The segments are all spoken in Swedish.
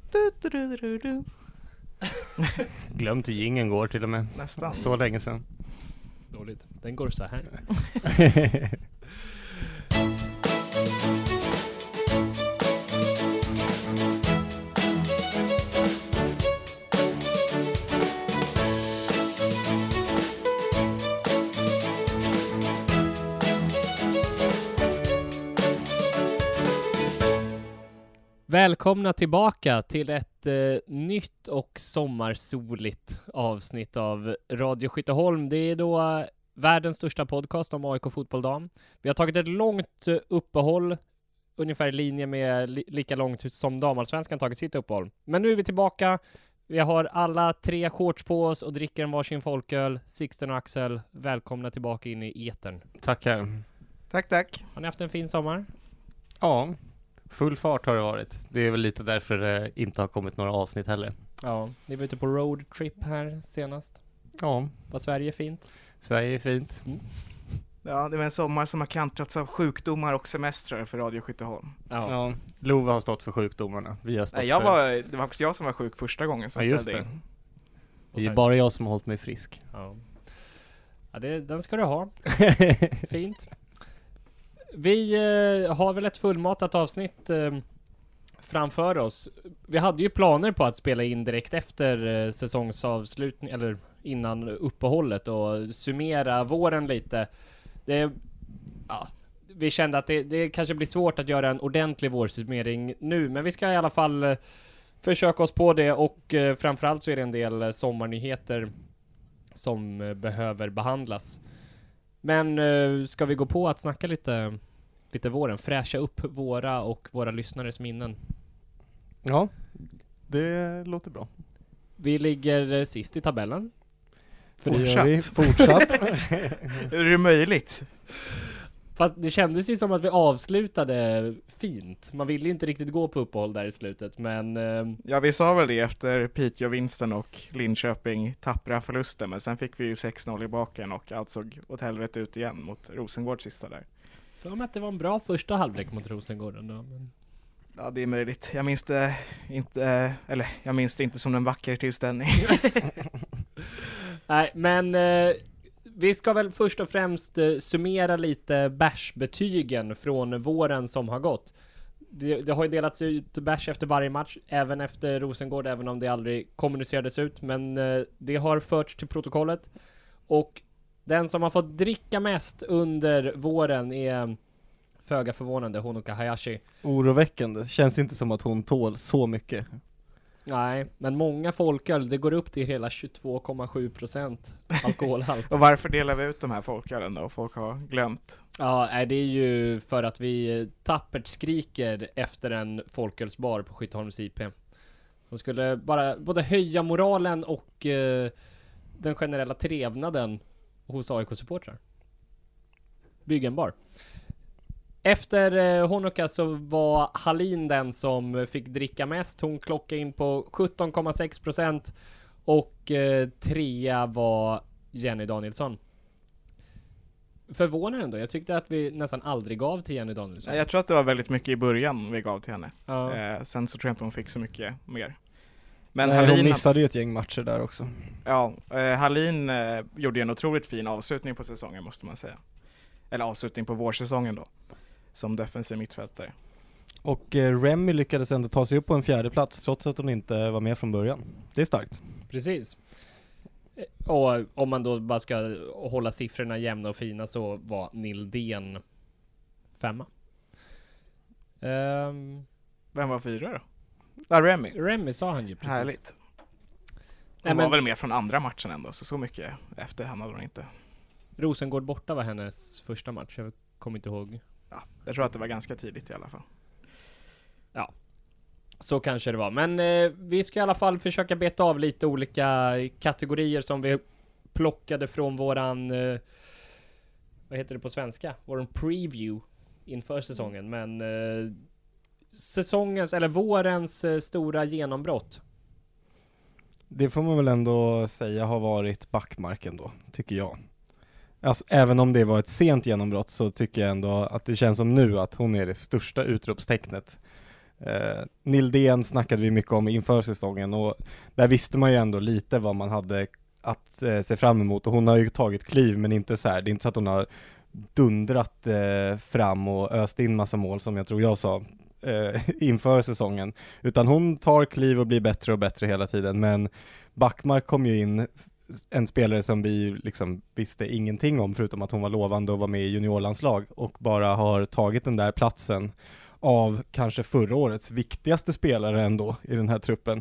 Glömt hur jingeln går till och med. Nästan. Så länge sedan. Dåligt. Den går så här. Välkomna tillbaka till ett nytt och sommarsoligt avsnitt av Radio Skytteholm. Det är då världens största podcast om AIK fotbolldam. Vi har tagit ett långt uppehåll, ungefär i linje med lika långt som damallsvenskan tagit sitt uppehåll. Men nu är vi tillbaka. Vi har alla 3 shorts på oss och dricker en varsin folköl. Sixten och Axel, välkomna tillbaka in i etern. Tackar. Tack. Har ni haft en fin sommar? Ja, full fart har det varit. Det är väl lite därför det inte har kommit några avsnitt heller. Ja, ni var ute på roadtrip här senast. Ja, Var Sverige fint? Sverige är fint. Ja, det var en sommar som har kantrats av sjukdomar och semestrar för Radio Skytteholm. Ja, Love har stått för sjukdomarna. Vi har stått Nej, det var också jag som var sjuk första gången som just ställde det. in. Det är bara jag som har hållit mig frisk. Ja, den ska du ha. Fint. Vi har väl ett fullmatat avsnitt framför oss. Vi hade ju planer på att spela in direkt efter säsongsavslutning eller innan uppehållet och summera våren lite. Vi kände att det kanske blir svårt att göra en ordentlig vårsummering nu, men vi ska i alla fall försöka oss på det, och framförallt så är det en del sommarnyheter som behöver behandlas. Men ska vi gå på att snacka lite våren, fräscha upp våra lyssnares minnen? Ja, det låter bra. Vi ligger sist i tabellen. Fortsatt. Är det möjligt? Fast det kändes ju som att vi avslutade fint. Man ville inte riktigt gå på uppehåll där i slutet, men... Ja, vi sa väl det efter Piteå-vinsten och Linköping tappra förlusten, men sen fick vi ju 6-0 i baken och allt såg åt helvete ut igen mot Rosengård sista där. För mig att det var en bra första halvlek mot Rosengård ändå, men... Ja, det är möjligt. Jag minns det inte som en vacker tillställning. Nej, men vi ska väl först och främst summera lite bärsbetygen från våren som har gått. Det har ju delats ut bärs efter varje match, även efter Rosengård, även om det aldrig kommunicerades ut. Men det har förts till protokollet. Och den som har fått dricka mest under våren är, föga förvånande, Honoka Hayashi. Oroväckande. Känns inte som att hon tål så mycket. Nej, men många folköl, det går upp till hela 22,7% alkoholhalt. Och varför delar vi ut de här folkölen då? Folk har glömt. Ja, det är ju för att vi tappert skriker efter en folkölsbar på Skytteholms IP. Som skulle bara både höja moralen och den generella trevnaden hos AIK-supportrar. Bygga en bar. Efter Honoka så var Hallin den som fick dricka mest. Hon klockade in på 17,6% och trea var Jenny Danielsson. Förvånande ändå. Jag tyckte att vi nästan aldrig gav till Jenny Danielsson. Jag tror att det var väldigt mycket i början vi gav till henne. Ja. Sen så tror jag inte hon fick så mycket mer. Men Nej, Hallin, hon missade ju ett gäng matcher där också. Ja, Hallin gjorde en otroligt fin avslutning på säsongen, måste man säga. Eller avslutning på vårsäsongen då, som defensiv mittfältare. Och Remy lyckades ändå ta sig upp på en 4:e plats trots att hon inte var med från början. Det är starkt. Precis. Och om man då bara ska hålla siffrorna jämna och fina så var Nildén 5. Vem var 4 då? Ja, Remy. Remy sa han ju precis. Härligt. Nej, Hon var men väl med från andra matchen ändå, så mycket efter hamnade hon inte. Rosengård borta var hennes första match. Jag kommer inte ihåg. Ja, jag tror att det var ganska tidigt i alla fall. Ja, så kanske det var. Men vi ska i alla fall försöka beta av lite olika kategorier som vi plockade från våran vad heter det på svenska? Våran preview inför säsongen. Men säsongens eller vårens stora genombrott. Det får man väl ändå säga har varit backmarken då, tycker jag. Alltså, även om det var ett sent genombrott så tycker jag ändå att det känns som nu att hon är det största utropstecknet Nildén snackade vi mycket om inför säsongen och där visste man ju ändå lite vad man hade att se fram emot och hon har ju tagit kliv men inte så här, det är inte så att hon har dundrat fram och öst in massa mål som jag tror jag sa inför säsongen, utan hon tar kliv och blir bättre och bättre hela tiden, men Backmark kom ju in en spelare som vi liksom visste ingenting om förutom att hon var lovande och var med i juniorlandslag och bara har tagit den där platsen av kanske förra årets viktigaste spelare ändå i den här truppen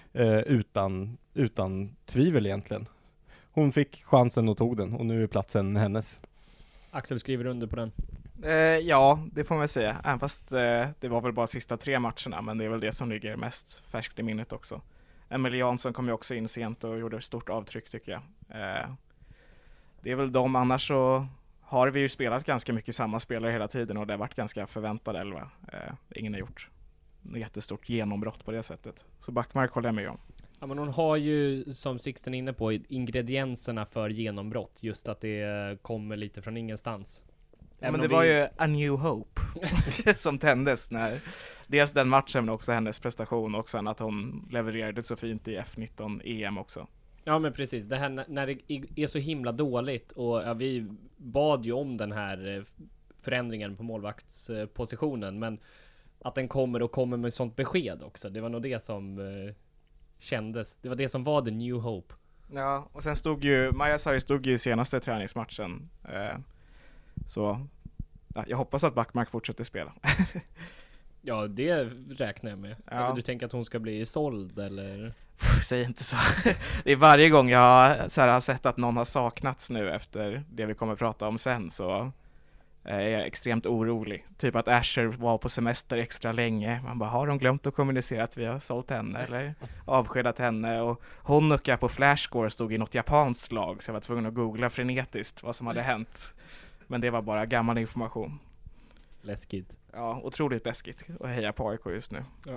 utan tvivel egentligen. Hon fick chansen och tog den och nu är platsen hennes. Axel skriver under på den. Ja, det får man säga. Även fast det var väl bara sista 3 matcherna, men det är väl det som ligger mest färskt i minnet också. Emily Jansson kom ju också in sent och gjorde ett stort avtryck tycker jag. Det är väl de, annars så har vi ju spelat ganska mycket samma spelare hela tiden och det har varit ganska förväntad 11. Ingen har gjort ett jättestort genombrott på det sättet. Så Backmark håller jag med om. Ja, men hon har ju, som Sixten är inne på, ingredienserna för genombrott. Just att det kommer lite från ingenstans. Ja, men det var ju a new hope som tändes när dels den matchen men också hennes prestation och sen att hon levererade så fint i F19 EM också. Ja men precis, det här när det är så himla dåligt och ja, vi bad ju om den här förändringen på målvaktspositionen, men att den kommer med sånt besked också. Det var nog det som kändes, det var det som var the new hope. Ja, och sen stod ju Maja Sarri stod ju i senaste träningsmatchen. Så ja, jag hoppas att Backmark fortsätter spela. Ja, det räknar jag med. Ja. Du tänker att hon ska bli såld eller? Säg inte så. Det är varje gång jag har sett att någon har saknats nu efter det vi kommer prata om sen, så är jag extremt orolig. Typ att Asher var på semester extra länge. Man bara, har de glömt att kommunicera att vi har sålt henne eller avskedat henne? Och Honoka på Flashscore stod i något japanskt lag, så jag var tvungen att googla frenetiskt vad som hade hänt. Men det var bara gammal information. Läskigt. Ja, otroligt läskigt att heja på AIK just nu. Ja.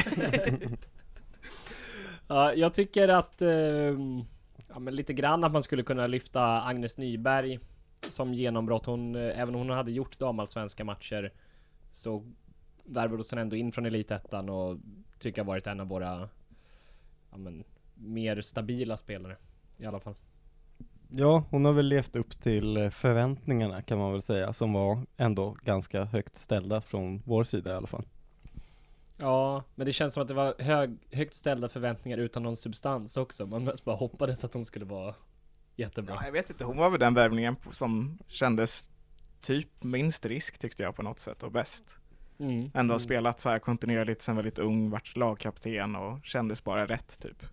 Ja, jag tycker att ja, men lite grann att man skulle kunna lyfta Agnes Nyberg som genombrott. Även om hon hade gjort damallsvenska matcher så värvade hon ändå in från elitettan och tycker jag varit en av våra mer stabila spelare i alla fall. Ja, hon har väl levt upp till förväntningarna kan man väl säga, som var ändå ganska högt ställda från vår sida i alla fall. Ja, men det känns som att det var högt ställda förväntningar utan någon substans också. Man mest bara hoppades att hon skulle vara jättebra. Ja, jag vet inte, hon var väl den värvningen som kändes typ minst risk tyckte jag på något sätt och bäst. Ändå har spelat så här kontinuerligt sen väldigt ung, varit lagkapten och kändes bara rätt typ.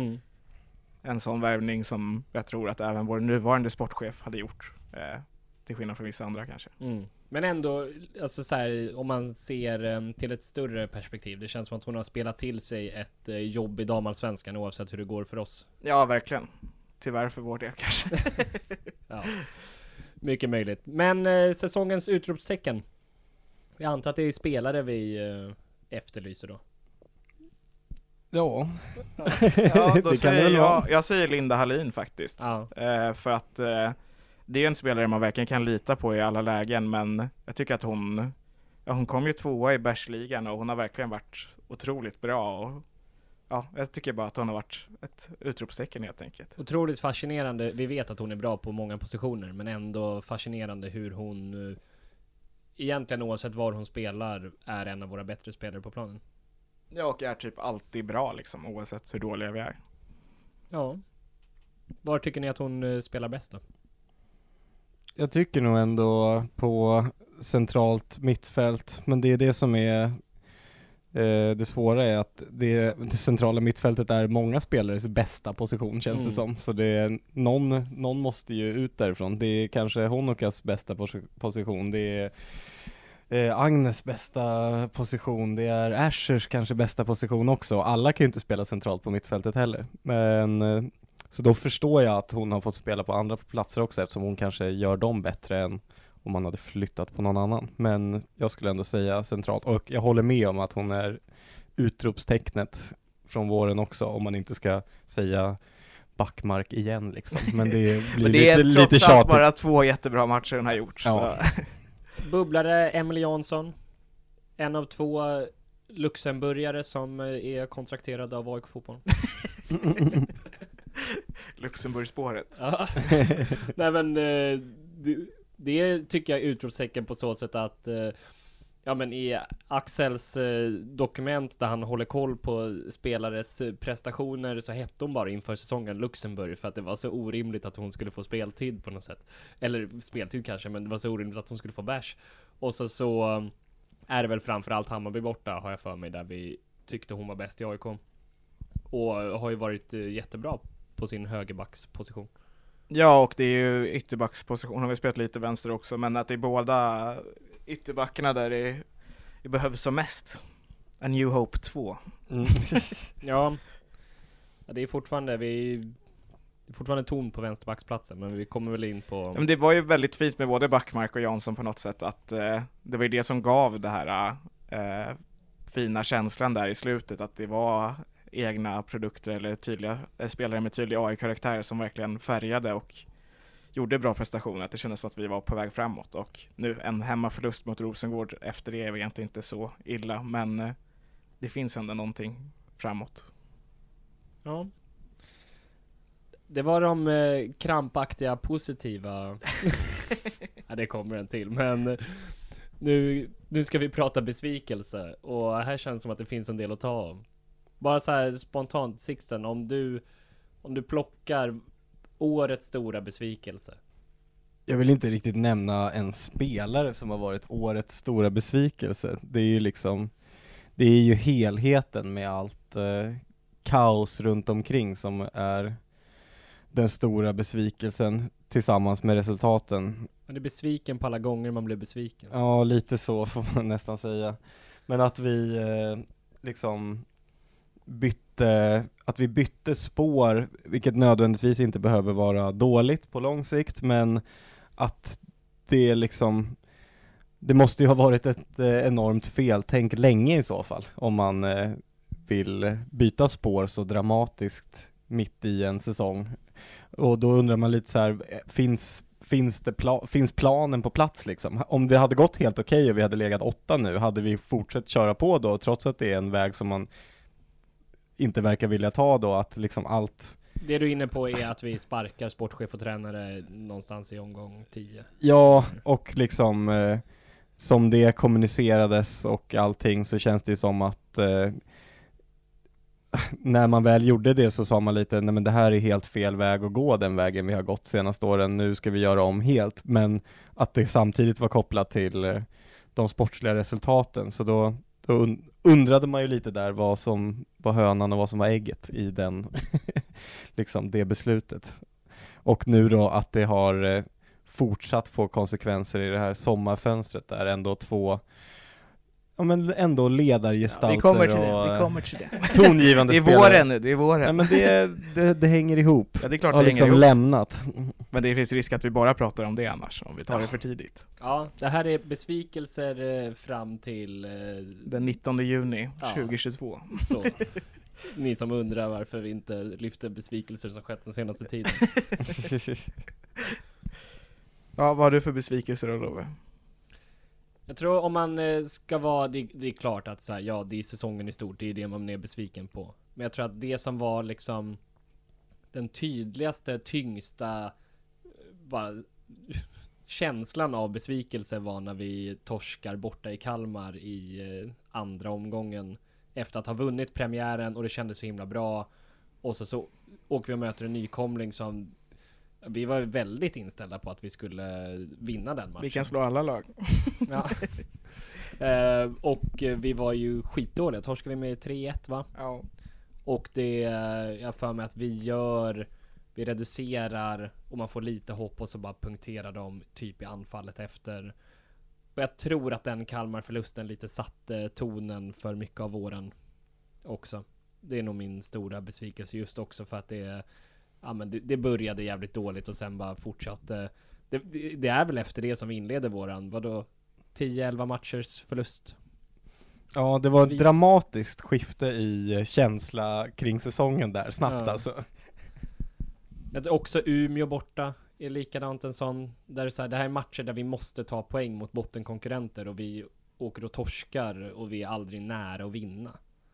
En sån värvning som jag tror att även vår nuvarande sportchef hade gjort, till skillnad från vissa andra kanske. Men ändå, alltså så här, om man ser till ett större perspektiv, det känns som att hon har spelat till sig ett jobb i damallsvenskan oavsett hur det går för oss. Ja, verkligen. Tyvärr för vår del kanske. Ja, mycket möjligt. Men säsongens utropstecken. Jag antar att det är spelare vi efterlyser då. Ja, Ja, då det säger kan det väl vara. jag säger Linda Hallin faktiskt. Ja. För att det är en spelare man verkligen kan lita på i alla lägen, men jag tycker att hon kom ju 2:a i Bärsligan och hon har verkligen varit otroligt bra och ja, jag tycker bara att hon har varit ett utropstecken helt enkelt. Otroligt fascinerande. Vi vet att hon är bra på många positioner, men ändå fascinerande hur hon egentligen oavsett var hon spelar är en av våra bättre spelare på planen. Ja, och är typ alltid bra liksom, oavsett hur dåliga vi är. Ja. Var tycker ni att hon spelar bäst då? jag tycker nog ändå på centralt mittfält, men det är det som är det svåra är att det centrala mittfältet är många spelares bästa position känns det som. Så det är någon måste ju ut därifrån. Det är kanske Honokas bästa position. Det är Agnes bästa position. Det är Ashers kanske bästa position också. Alla kan ju inte spela centralt på mittfältet heller. Men så då förstår jag att hon har fått spela på andra platser också, eftersom hon kanske gör dem bättre än om man hade flyttat på någon annan. Men jag skulle ändå säga centralt. Och jag håller med om att hon är utropstecknet från våren också, om man inte ska säga Backmark igen liksom. Men det blir det är lite trots allt tjatigt. bara 2 jättebra matcher hon har gjort. Ja. Så. Bubblare Emily Jansson. En av 2 luxemburgare som är kontrakterade av AIK Fotboll. Luxemburgspåret. Ja. Nej men det tycker jag är utropstecken på så sätt att ja men i Axels dokument där han håller koll på spelares prestationer så hette hon bara inför säsongen Luxemburg för att det var så orimligt att hon skulle få speltid på något sätt. Eller speltid kanske, men det var så orimligt att hon skulle få bash. Och så är det väl framförallt Hammarby borta har jag för mig där vi tyckte hon var bäst i AIK. Och har ju varit jättebra på sin högerbacksposition. Ja, och det är ju ytterbacksposition. Har vi spelat lite vänster också, men att det är båda ytterbackarna där det behövs som mest. A New Hope 2. Ja, det är fortfarande ton på vänsterbacksplatsen, men vi kommer väl in på... Ja, men det var ju väldigt fint med både Backmark och Jansson på något sätt, att det var ju det som gav det här fina känslan där i slutet, att det var egna produkter eller tydliga spelare med tydliga AI-karaktärer som verkligen färgade och gjorde bra prestationer. Att det kändes som att vi var på väg framåt, och nu en hemmaförlust mot Rosengård efter det är egentligen inte så illa, men det finns ändå någonting framåt. Ja. Det var de krampaktiga positiva. Ja, det kommer en till, men nu ska vi prata besvikelse, och här känns det som att det finns en del att ta av. Bara så här spontant, Sixten, om du plockar årets stora besvikelse. Jag vill inte riktigt nämna en spelare som har varit årets stora besvikelse. Det är ju helheten med allt kaos runt omkring som är den stora besvikelsen tillsammans med resultaten. Man är besviken på alla gånger man blir besviken. Ja, lite så får man nästan säga. Men att vi bytte spår, vilket nödvändigtvis inte behöver vara dåligt på lång sikt, men att det måste ju ha varit ett enormt feltänk länge i så fall, om man vill byta spår så dramatiskt mitt i en säsong. Och då undrar man lite så här, finns planen på plats liksom? Om det hade gått helt okej och vi hade legat 8 nu, hade vi fortsatt köra på då, trots att det är en väg som man inte verkar vilja ta då, att liksom allt... Det du är inne på är att vi sparkar sportchef och tränare någonstans i omgång 10. Ja, och liksom som det kommunicerades och allting, så känns det som att när man väl gjorde det så sa man lite, nej men det här är helt fel väg att gå, den vägen vi har gått senaste åren, nu ska vi göra om helt, men att det samtidigt var kopplat till de sportsliga resultaten, så då undrade man ju lite där vad som var hönan och vad som var ägget i den liksom det beslutet. Och nu då att det har fortsatt få konsekvenser i det här sommarfönstret, där ändå 2 ändå ledargestalter. Ja, vi kommer till det. Tongivande det är spelare. våren nu, det är våren. Ja, men det hänger ihop. Ja, det är klart har det liksom hänger ihop. lämnat. Men det finns risk att vi bara pratar om det annars, om vi tar det för tidigt. Ja, det här är besvikelser fram till den 19 juni 2022. Så. Ni som undrar varför vi inte lyfter besvikelser som skett den senaste tiden. Ja, vad har du för besvikelser då, Love? Jag tror om man ska vara, det är klart att så här, ja, det är säsongen i stort, det är det man är besviken på. Men jag tror att det som var liksom den tydligaste, tyngsta bara känslan av besvikelse var när vi torskar borta i Kalmar i andra omgången efter att ha vunnit premiären, och det kändes så himla bra. Och så åker vi och möter en nykomling som vi var väldigt inställda på att vi skulle vinna den matchen. Vi kan slå alla lag. Ja. Och vi var ju skitdåliga. Torskade vi med 3-1, va? Ja. Och jag för mig att vi reducerar och man får lite hopp, och så bara punkterar de typ i anfallet efter. Och jag tror att den Kalmar-förlusten lite satte tonen för mycket av våren också. Det är nog min stora besvikelse, just också för att det började jävligt dåligt och sen bara fortsatte. Det är väl efter det som vi inleder våran, vadå, 10-11 matchers förlust. Ja, det var ett dramatiskt skifte i känsla kring säsongen där, snabbt alltså. Också Umeå borta är likadant, en sån där så här, det här är matcher där vi måste ta poäng mot bottenkonkurrenter, och vi åker och torskar och vi är aldrig nära att vinna.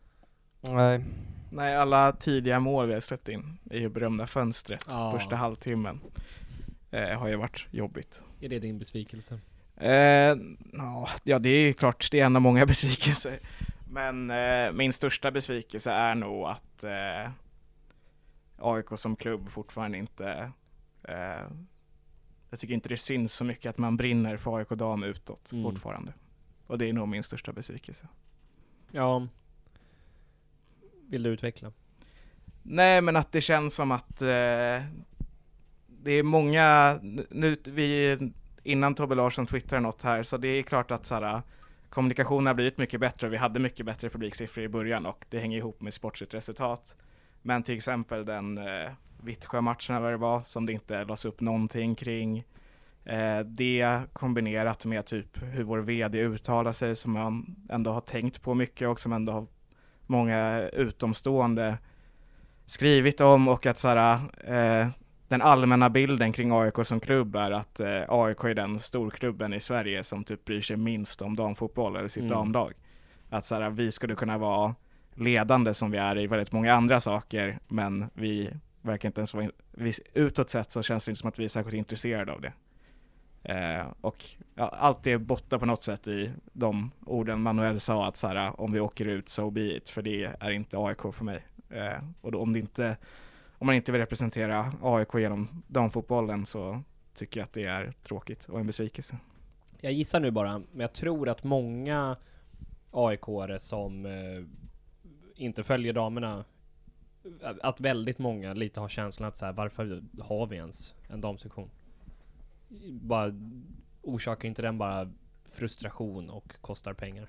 Nej, alla tidiga mål vi har släppt in är ju berömda fönstret. Ja. Första halvtimmen har ju varit jobbigt. Är det din besvikelse? Ja, det är ju klart, det är en av många besvikelser. Men min största besvikelse är nog att AIK som klubb fortfarande inte... jag tycker inte det syns så mycket att man brinner för AIK dam utåt fortfarande. Och det är nog min största besvikelse. Ja. Vill du utveckla? Nej, men att det känns som att det är många... Innan Tobbe Larsson twittrar något här, så det är klart att kommunikationen har blivit mycket bättre och vi hade mycket bättre publiksiffror i början och det hänger ihop med sportsligt resultat. Men till exempel den Vittsjö-matchen eller vad det var som det inte lades upp någonting kring. Det kombinerat med typ hur vår vd uttalar sig som man ändå har tänkt på mycket och som ändå har många utomstående skrivit om, och att den allmänna bilden kring AIK som klubb är att AIK är den storklubben i Sverige som typ bryr sig minst om damfotboll eller sitt damlag. Att vi skulle kunna vara ledande som vi är i väldigt många andra saker, men vi verkar inte ens vara utåt sett så känns det inte som att vi är särskilt intresserade av det. Och allt det bottnar på något sätt i de orden Manuel sa att om vi åker ut so be it, för det är inte AIK för mig. Och då, om man inte vill representera AIK genom damfotbollen så tycker jag att det är tråkigt och en besvikelse. Jag gissar nu bara, men jag tror att många AIK-are som inte följer damerna, att väldigt många lite har känslan att varför har vi ens en damsektion? Bara orsakar inte den bara frustration och kostar pengar?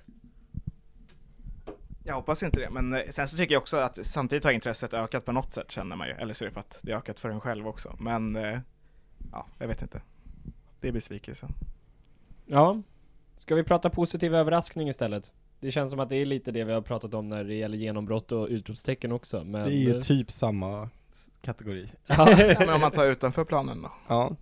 Jag hoppas inte det, men sen så tycker jag också att samtidigt har intresset ökat på något sätt, känner man ju. Eller så är det för att det har ökat för en själv också. Men jag vet inte. Det är besvikelsen. Ja, ska vi prata positiv överraskning istället? Det känns som att det är lite det vi har pratat om när det gäller genombrott och utropstecken också. Men... Det är ju typ samma kategori. Men om man tar utanför planen då? Ja.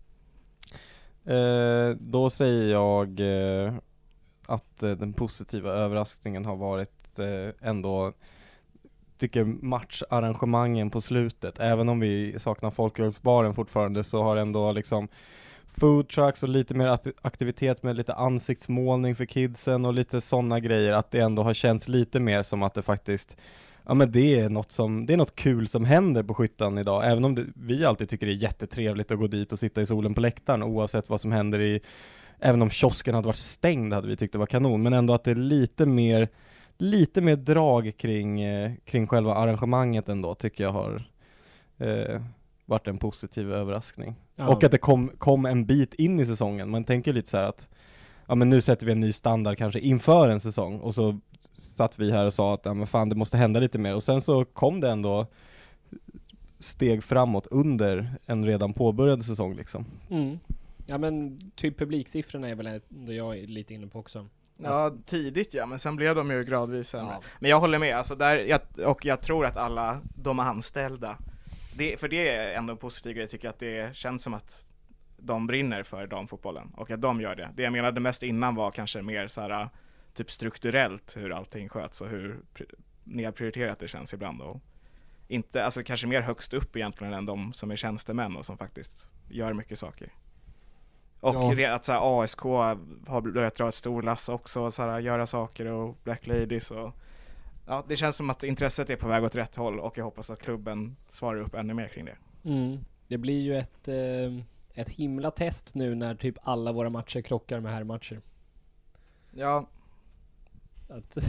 Då säger jag att den positiva överraskningen har varit ändå, tycker matcharrangemangen på slutet. Även om vi saknar folkrörelsebaren fortfarande så har ändå liksom food trucks och lite mer aktivitet med lite ansiktsmålning för kidsen och lite sådana grejer, att det ändå har känts lite mer som att det faktiskt, ja men det är något kul som händer på Skyttan idag, även om vi alltid tycker det är jättetrevligt att gå dit och sitta i solen på läktaren oavsett vad som händer även om kiosken hade varit stängd hade vi tyckt det var kanon, men ändå att det är lite mer drag kring själva arrangemanget ändå, tycker jag har varit en positiv överraskning. Ja. Och att det kom en bit in i säsongen. Man tänker lite så här att ja, men nu sätter vi en ny standard kanske inför en säsong, och så satt vi här och sa att ja, men fan, det måste hända lite mer, och sen så kom det ändå steg framåt under en redan påbörjad säsong liksom. Ja, men typ publiksiffrorna är väl ändå jag är lite inne på också. Ja, tidigt men sen blev de ju gradvis sämre. Ja. Men jag håller med, alltså jag tror att alla de anställda, för det är ändå en positiv grej, tycker att det känns som att de brinner för damfotbollen och att de gör det. Det jag menade mest innan var kanske mer typ strukturellt hur allting sköts och hur nedprioriterat det känns ibland, och inte, alltså kanske mer högst upp egentligen än de som är tjänstemän och som faktiskt gör mycket saker. Och att ASK har börjat dra ett stor lass också, göra saker, och Black Ladies, och ja, det känns som att intresset är på väg åt rätt håll, och jag hoppas att klubben svarar upp ännu mer kring det. Det blir ju ett himla test nu när typ alla våra matcher krockar med herrmatcher. Ja. Att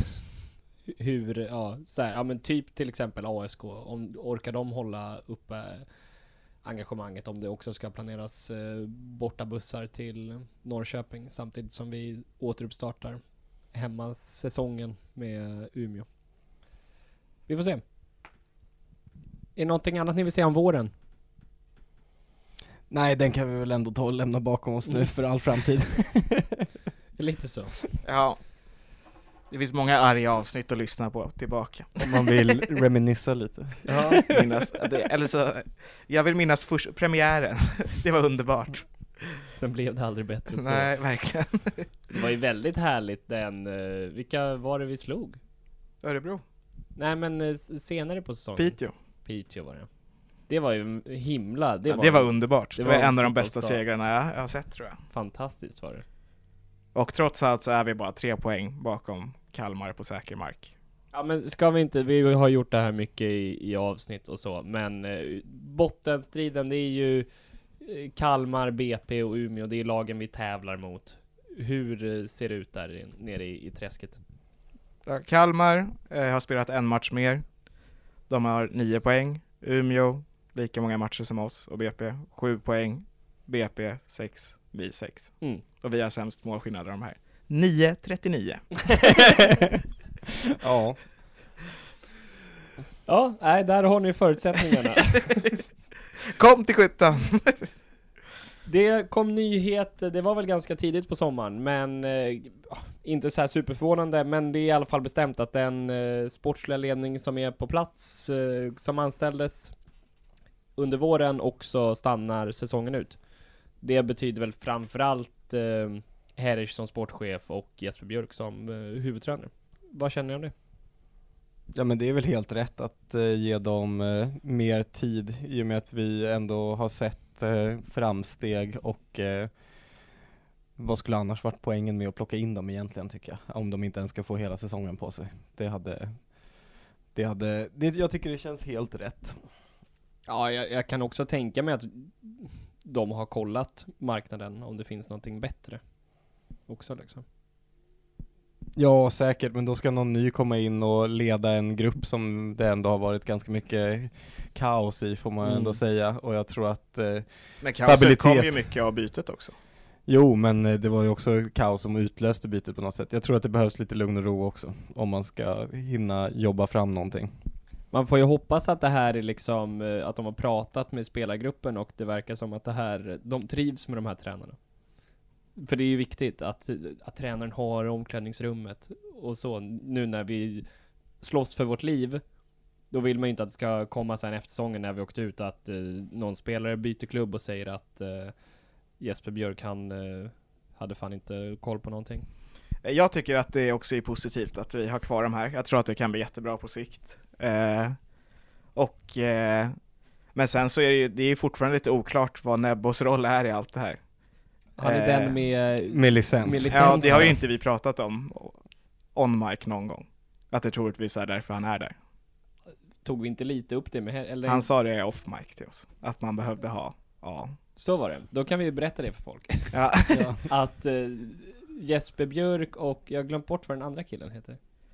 men typ till exempel ASK, om orkar de hålla uppe engagemanget, om det också ska planeras borta bussar till Norrköping samtidigt som vi återuppstartar hemmasäsongen med Umeå. Vi får se. Är det någonting annat ni vill säga om våren? Nej, den kan vi väl ändå ta och lämna bakom oss nu för all framtid. Det är lite så. Ja. Det finns många arga avsnitt att lyssna på tillbaka. Om man vill reminissa lite. Ja, jag vill minnas premiären. Det var underbart. Sen blev det aldrig bättre än så. Nej, verkligen. Det var ju väldigt härligt vilka var det vi slog? Örebro. Nej men senare på säsongen. Piteå var det. Det var ju himla... Det var underbart. Det var en av de bästa fotbollsdag. segrarna jag har sett, tror jag. Fantastiskt var det. Och trots allt så är vi bara 3 poäng bakom Kalmar på säker mark. Ja men ska vi inte, vi har gjort det här mycket i avsnitt och så, men bottenstriden, det är ju Kalmar, BP och Umeå, det är lagen vi tävlar mot. Hur ser det ut där nere i träsket? Kalmar har spelat en match mer. De har 9 poäng. Umeå, lika många matcher som oss, och BP 7 poäng. BP 6, vi 6. Och vi har sämst målskillnad av de här. 9-39. Ja. Ja, nej, där har ni förutsättningarna. Kom till 17. Det kom nyhet, det var väl ganska tidigt på sommaren, men inte så här superförvånande, men det är i alla fall bestämt att den sportsliga ledning som är på plats, som anställdes under våren, också stannar säsongen ut. Det betyder väl framförallt Herrich som sportchef och Jesper Björk som huvudtränare. Vad känner ni om det? Ja, men det är väl helt rätt att ge dem mer tid, i och med att vi ändå har sett framsteg, och vad skulle annars varit poängen med att plocka in dem egentligen, tycker jag, om de inte ens ska få hela säsongen på sig. Jag tycker det känns helt rätt. Ja, jag kan också tänka mig att de har kollat marknaden om det finns någonting bättre också liksom. Ja, säkert, men då ska någon ny komma in och leda en grupp som det ändå har varit ganska mycket kaos i, får man ändå säga. Och jag tror att men kaoset kom ju mycket av bytet också. Jo, men det var ju också kaos som utlöste bytet på något sätt. Jag tror att det behövs lite lugn och ro också, om man ska hinna jobba fram någonting. Man får ju hoppas att det här är liksom, att de har pratat med spelargruppen, och det verkar som att de trivs med de här tränarna. För det är ju viktigt att tränaren har omklädningsrummet och så. Nu när vi slåss för vårt liv, då vill man ju inte att det ska komma sen efter säsongen när vi åkt ut att någon spelare byter klubb och säger att Jesper Björk, han hade fan inte koll på någonting. Jag tycker att det också är positivt att vi har kvar de här. Jag tror att det kan bli jättebra på sikt. Men sen så är det är fortfarande lite oklart vad Nebbos roll är i allt det här. Han är den med licens. Ja, det har ju inte vi pratat om on mic någon gång. Att det troligtvis är därför han är där. Tog vi inte lite upp det med eller? Han sa det off mic till oss. Att man behövde ha, ja. Så var det. Då kan vi ju berätta det för folk. Ja. Ja. Att Jesper Björk och, jag har glömt bort vad den andra killen heter.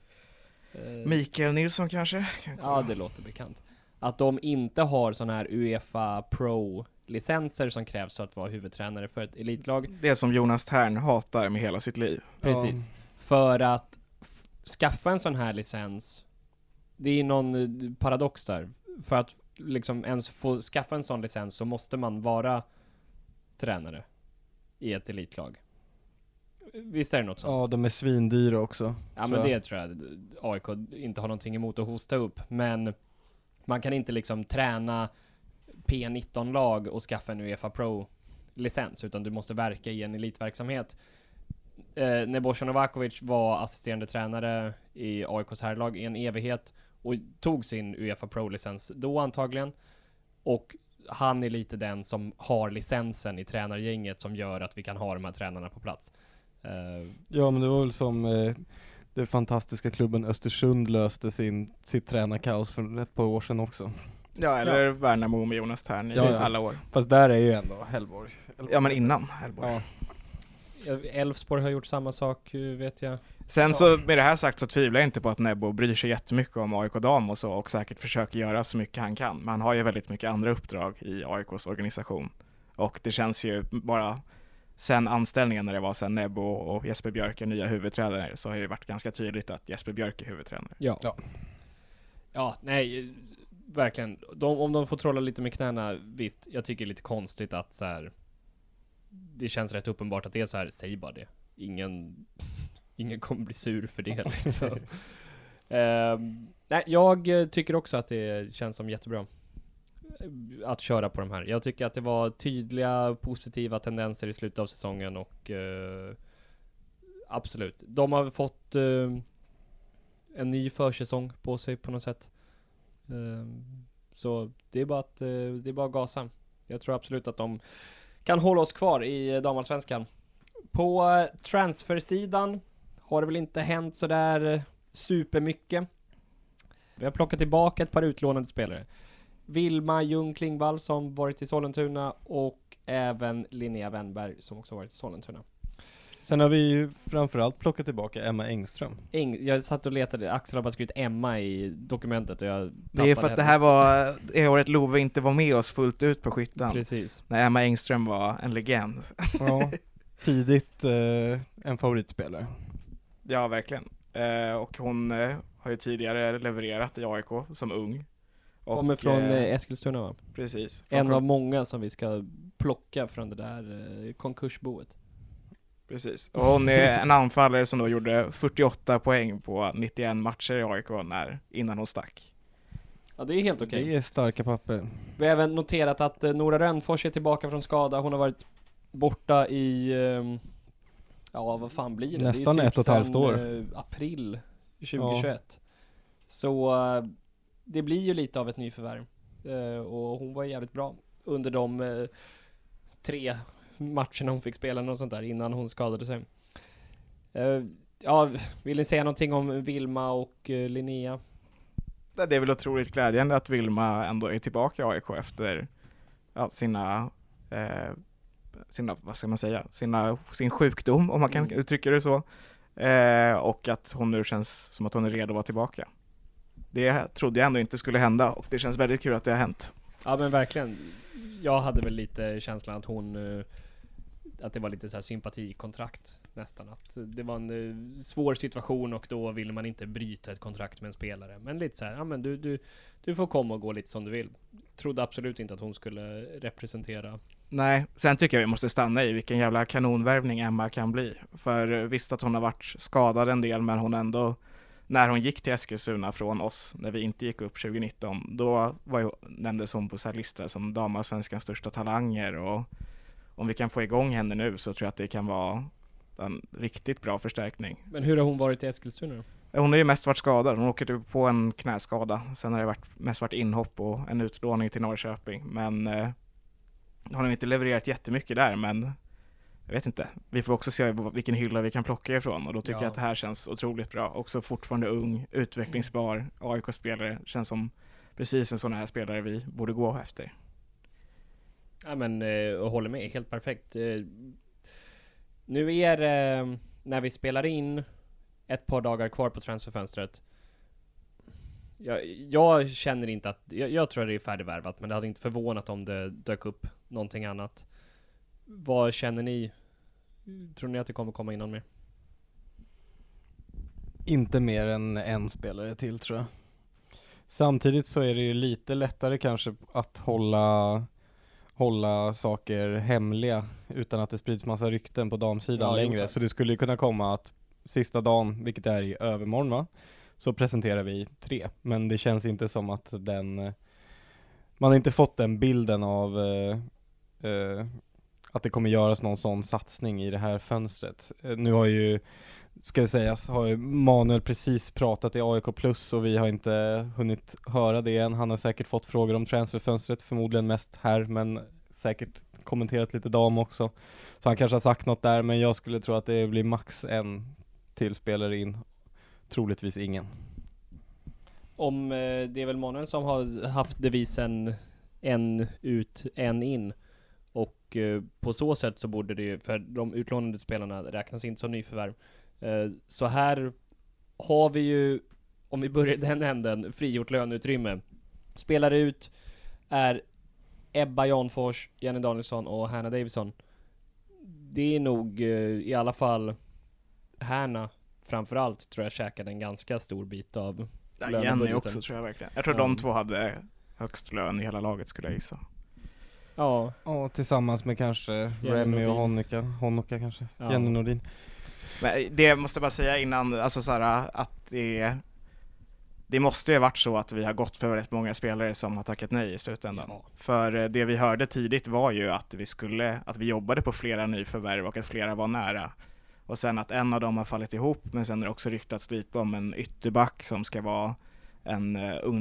Mikael Nilsson kanske? Ja, det låter bekant. Att de inte har sån här UEFA Pro-licenser som krävs för att vara huvudtränare för ett elitlag. Det som Jonas Tern hatar med hela sitt liv. Precis. För att skaffa en sån här licens, det är någon paradox där. För att liksom ens få skaffa en sån licens så måste man vara tränare i ett elitlag. Visst är det något sånt? Ja, de är svindyra också. Ja, men det tror jag AIK inte har någonting emot att hosta upp. Men man kan inte liksom träna P19-lag och skaffa en UEFA Pro-licens, utan du måste verka i en elitverksamhet. Nebojsa Novakovic var assisterande tränare i AIKs herrlag i en evighet och tog sin UEFA Pro-licens då antagligen. Och han är lite den som har licensen i tränargänget som gör att vi kan ha de här tränarna på plats. Ja, men det var väl som det fantastiska klubben Östersund löste sitt tränarkaos för ett par år sedan också. Ja, eller Värnamo med Jonas Tern i alla år. Fast där är ju ändå Hellborg. Ja, men innan Hellborg. Ja. Elfsborg har gjort samma sak, vet jag. Sen så med det här sagt så tvivlar jag inte på att Nebbo bryr sig jättemycket om AIK dam och så, och säkert försöker göra så mycket han kan. Men han har ju väldigt mycket andra uppdrag i AIKs organisation. Och det känns ju bara sen anställningen när det var sen Nebbo och Jesper Björk är nya huvudtränare, så har det varit ganska tydligt att Jesper Björk är huvudtränare. Ja, nej, verkligen. Om de får trolla lite med knäna, visst. Jag tycker det är lite konstigt att så här, det känns rätt uppenbart att det är så här, säg bara det. Ingen kommer bli sur för det liksom. Nej, jag tycker också att det känns som jättebra. att köra på de här. Jag tycker att det var tydliga positiva tendenser i slutet av säsongen och absolut. De har fått en ny försäsong på sig på något sätt. Så det är bara att gasa. Jag tror absolut att de kan hålla oss kvar i damallsvenskan. På transfersidan har det väl inte hänt så där supermycket. Vi har plockat tillbaka ett par utlånade spelare. Vilma Ljung Klingvall som varit i Sollentuna och även Linnea Wennberg som också varit i Sollentuna. Sen har vi ju framförallt plockat tillbaka Emma Engström. Jag satt och letade, Axel har bara skrivit Emma i dokumentet och jag Det är för att det här var året Love inte var med oss fullt ut på skyttan. Precis. När Emma Engström var en legend. Ja, tidigt en favoritspelare. Ja, verkligen. Och hon har ju tidigare levererat i AIK som ung. Och, kommer från Eskilstuna, va? Precis. En av många som vi ska plocka från det där konkursboet. Precis. Och hon är en anfallare som då gjorde 48 poäng på 91 matcher i AIK innan hon stack. Ja, det är helt okej. Det är starka papper. Vi har även noterat att Nora Rönnfors är tillbaka från skada. Hon har varit borta i ja, vad fan blir det? Nästan det är typ 1,5 år. April 2021. Så det blir ju lite av ett nyförvärv. Och hon var jävligt bra under de 3 matcherna hon fick spela och sånt där innan hon skadade sig. Ja, vill ni säga någonting om Vilma och Linnea? Det är väl otroligt glädjande att Vilma ändå är tillbaka i AIK efter sina vad ska man säga, sin sjukdom, om man kan uttrycka det så. Och att hon nu känns som att hon är redo att vara tillbaka. Det trodde jag ändå inte skulle hända och det känns väldigt kul att det har hänt. Ja, men verkligen. Jag hade väl lite känslan att att det var lite så här sympatikontrakt nästan, att det var en svår situation och då ville man inte bryta ett kontrakt med en spelare, men lite så här, ja men du får komma och gå lite som du vill. Trodde absolut inte att hon skulle representera. Nej, sen tycker jag vi måste stanna i vilken jävla kanonvärvning Emma kan bli. För visst att hon har varit skadad en del, men hon ändå, när hon gick till Eskilstuna från oss, när vi inte gick upp 2019, då nämndes hon på så här listor som damallsvenskans största talanger, och om vi kan få igång henne nu så tror jag att det kan vara en riktigt bra förstärkning. Men hur har hon varit i Eskilstuna då? Hon har ju mest varit skadad. Hon åkte på en knäskada. Sen har det mest varit inhopp och en utlåning till Norrköping. Men hon har inte levererat jättemycket där, men jag vet inte. Vi får också se vilken hylla vi kan plocka ifrån, och då tycker jag att det här känns otroligt bra. Också fortfarande ung, utvecklingsbar AIK-spelare. Känns som precis en sån här spelare vi borde gå efter. Ja, men jag håller med, helt perfekt. Nu är det, när vi spelar in, ett par dagar kvar på transferfönstret. Jag känner inte att, jag tror att det är färdigvärvat, men det hade inte förvånat om det dök upp någonting annat. Vad känner ni? Tror ni att det kommer komma in någon mer? Inte mer än en spelare till, tror jag. Samtidigt så är det ju lite lättare kanske att hålla saker hemliga utan att det sprids massa rykten på damsidan längre. Så det skulle ju kunna komma att sista dagen, vilket är i övermorgon, va? Så presenterar vi 3. Men det känns inte som att man har inte fått den bilden av att det kommer göras någon sån satsning i det här fönstret. Nu har ju, ska det sägas, har ju Manuel precis pratat i AIK Plus och vi har inte hunnit höra det än. Han har säkert fått frågor om transferfönstret, förmodligen mest här, men säkert kommenterat lite dam också. Så han kanske har sagt något där, men jag skulle tro att det blir max en till spelare in. Troligtvis ingen. Om det är väl Manuel som har haft devisen en ut, en in. Och på så sätt så borde det ju, för de utlånade spelarna räknas inte som nyförvärv. Så här har vi ju, om vi börjar den änden, frigjort löneutrymme. Spelare ut är Ebba Janfors, Jenny Danielsson och Hanna Davidson. Det är nog i alla fall Hanna framförallt, tror jag, käkade en ganska stor bit av lönebudgeten. Jenny också, tror jag verkligen. Jag tror de två hade högst lön i hela laget, skulle jag gissa. Ja. Ja, tillsammans med kanske Remy och Honoka kanske. Ja. Jenny Nordin. Men det måste jag bara säga innan, alltså så här, att det är det måste ju ha varit så att vi har gått för väldigt många spelare som har tackat nej i slutändan. Ja. För det vi hörde tidigt var ju att vi jobbade på flera nyförvärv och att flera var nära. Och sen att en av dem har fallit ihop, men sen är det också ryktats lite om en ytterback som ska vara en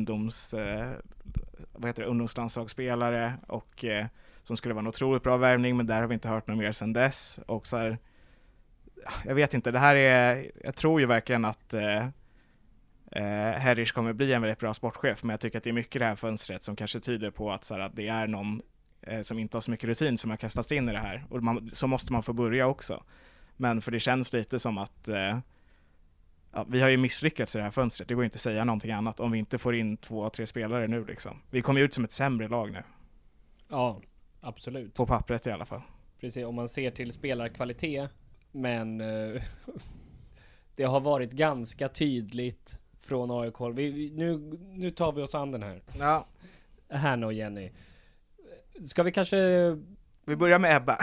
ungdomslandslagsspelare och som skulle vara en otroligt bra värvning, men där har vi inte hört något mer sedan dess. Och så här, jag vet inte, jag tror ju verkligen att Herrisch kommer bli en väldigt bra sportchef, men jag tycker att det är mycket det här fönstret som kanske tyder på att, så här, att det är någon som inte har så mycket rutin som har kastats in i det här. Och så måste man få börja också. Men för det känns lite som att vi har ju misslyckats i det här fönstret. Det går inte att säga någonting annat om vi inte får in 2-3 spelare nu liksom. Vi kommer ut som ett sämre lag nu. Ja, absolut. På pappret i alla fall. Precis, om man ser till spelarkvalitet. Men det har varit ganska tydligt från AIK. Nu tar vi oss an den här. Ja. Hanna och Jenny. Ska vi kanske... Vi börjar med Ebba.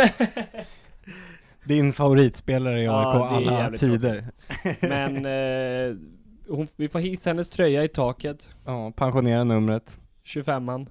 Din favoritspelare i AIK Ja, det är alla jävligt tider. Men vi får hissa hennes tröja i taket. Ja, pensionera numret. 25an.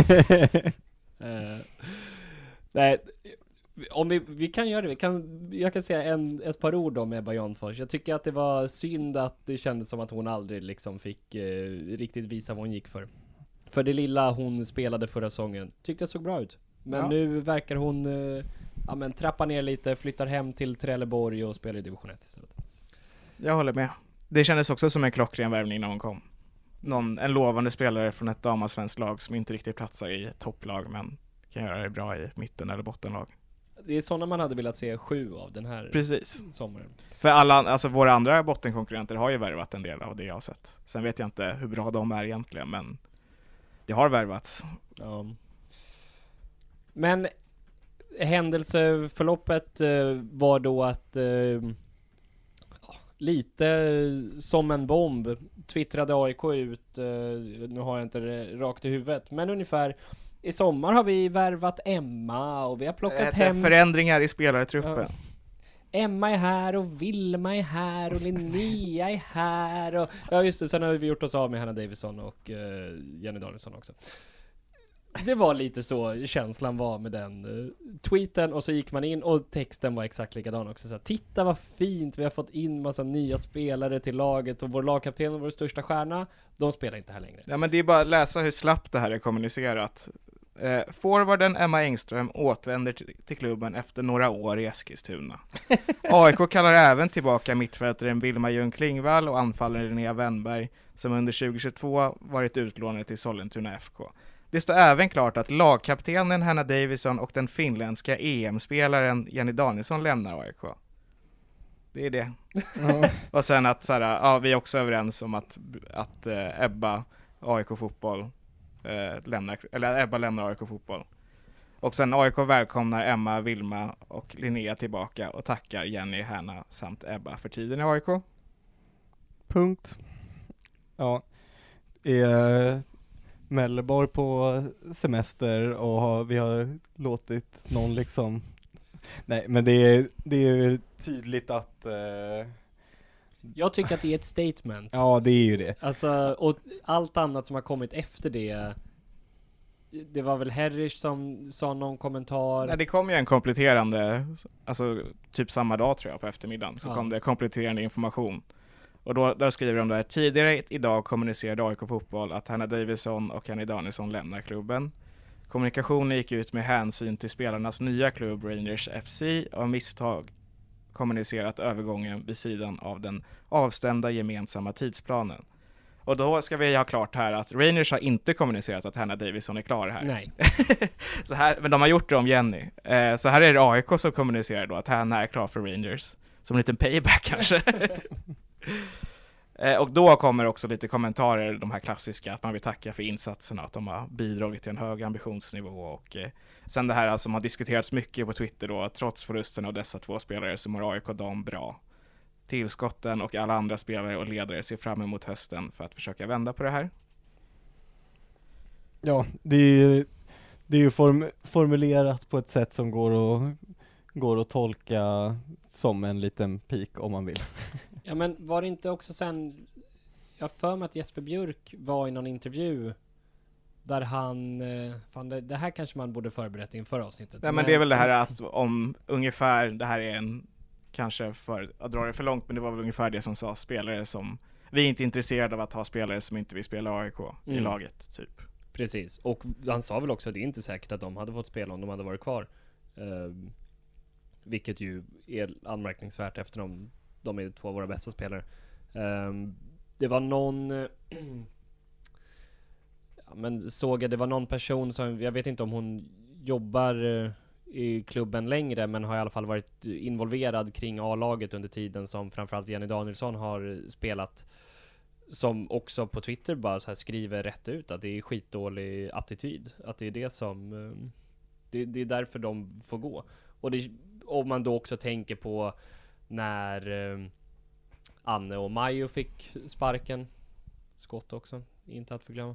Nej, om vi kan göra det. Jag kan säga ett par ord om Ebba Janfors. Jag tycker att det var synd att det kändes som att hon aldrig liksom fick riktigt visa vad hon gick för. För det lilla hon spelade förra säsongen tyckte jag såg bra ut. Men nu verkar hon trappa ner lite, flyttar hem till Trelleborg och spelar i division 1 istället. Jag håller med. Det kändes också som en klockren värvning när hon kom. En lovande spelare från ett damallsvenskt lag som inte riktigt platsar i topplag, men kan göra det bra i mitten- eller bottenlag. Det är sådana man hade velat se 7 av den här sommaren. För våra andra bottenkonkurrenter har ju värvat en del av det jag har sett. Sen vet jag inte hur bra de är egentligen, men det har värvats. Ja. Men händelseförloppet var då att lite som en bomb twittrade AIK ut, nu har jag inte det rakt i huvudet, men ungefär i sommar har vi värvat Emma och vi har plockat hem förändringar i spelartruppen. Ja. Emma är här och Vilma är här och Linnea är här och ja just det, sen har vi gjort oss av med Hanna Davison och Jenny Danielsson också. Det var lite så känslan var med den tweeten, och så gick man in och texten var exakt likadan också. Så här, titta vad fint, vi har fått in massa nya spelare till laget och vår lagkapten och vår största stjärna, de spelar inte här längre. Ja, men det är bara att läsa hur slappt det här är kommunicerat. Forwarden Emma Engström återvänder till klubben efter några år i Eskilstuna. AIK kallar även tillbaka mittfältaren Vilma Ljung Klingvall och anfallaren Linnea Wennberg som under 2022 varit utlånade till Sollentuna FK. Det står även klart att lagkaptenen Hanna Davison och den finländska EM-spelaren Jenny Danielsson lämnar AIK. Det är det. Och sen att vi är också överens om att Ebba AIK fotboll Ebba lämnar AIK fotboll. Och sen AIK välkomnar Emma, Vilma och Linnea tillbaka och tackar Jenny, Hanna samt Ebba för tiden i AIK. Punkt. Ja. Melleborg på semester och vi har låtit någon liksom... Nej, men det är tydligt att... Jag tycker att det är ett statement. Ja, det är ju det. Alltså, och allt annat som har kommit efter det var väl Herrisch som sa någon kommentar. Nej, det kom ju en kompletterande, alltså typ samma dag tror jag på eftermiddagen, så kom det kompletterande information. Och då skriver de där: tidigare idag kommunicerade AIK Fotboll att Hanna Davison och Jenny Danielsson lämnar klubben. Kommunikationen gick ut med hänsyn till spelarnas nya klubb Rangers FC och av misstag kommunicerat övergången vid sidan av den avstämda gemensamma tidsplanen. Och då ska vi ha klart här att Rangers har inte kommunicerat att Hanna Davison är klar här. Nej. Så här, men de har gjort det om Jenny. Så här är det AIK som kommunicerar då att Hanna är klar för Rangers. Som en liten payback kanske. Och då kommer också lite kommentarer, de här klassiska, att man vill tacka för insatserna, att de har bidragit till en hög ambitionsnivå. Och sen det här som har diskuterats mycket på Twitter då, att trots förlusten av dessa 2 spelare så mår AIK dam bra. Tillskotten och alla andra spelare och ledare ser fram emot hösten för att försöka vända på det här. Ja, det är ju formulerat på ett sätt som går att tolka som en liten pik om man vill. Ja, men var det inte också sen Jag för mig att Jesper Björk var i någon intervju där han, det här kanske man borde förberett inför avsnittet. Nej, men det är väl det här att om ungefär, det här är en, kanske för att dra det för långt, men det var väl ungefär det som sa, spelare som, vi är inte intresserade av att ha spelare som inte vill spela AIK i laget, typ. Precis, och han sa väl också att det är inte säkert att de hade fått spela om de hade varit kvar. Vilket ju är anmärkningsvärt eftersom de är 2 av våra bästa spelare. Det var någon det var någon person som, jag vet inte om hon jobbar i klubben längre, men har i alla fall varit involverad kring A-laget under tiden som framförallt Jenny Danielsson har spelat, som också på Twitter bara så här skriver rätt ut att det är skitdålig attityd, att det är det som det är därför de får gå. Och det, om man då också tänker på när Anne och Majo fick sparken, Skott också, inte att förglömma,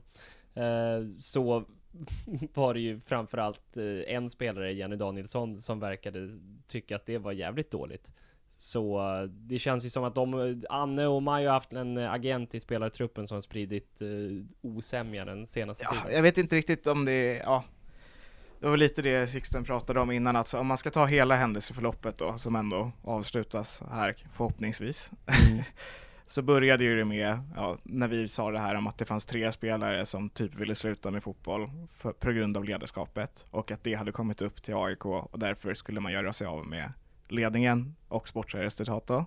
så var det ju framförallt en spelare, Jenny Danielsson, som verkade tycka att det var jävligt dåligt. Så det känns ju som att Anne och Majo har haft en agent i spelartruppen som har spridit osämja den senaste tiden. Jag vet inte riktigt om det det var lite det Sixten pratade om innan, att om man ska ta hela händelseförloppet då, som ändå avslutas här förhoppningsvis, så började ju det med, när vi sa det här om att det fanns 3 spelare som typ ville sluta med fotboll på grund av ledarskapet, och att det hade kommit upp till AIK och därför skulle man göra sig av med ledningen och sportsliga resultat då.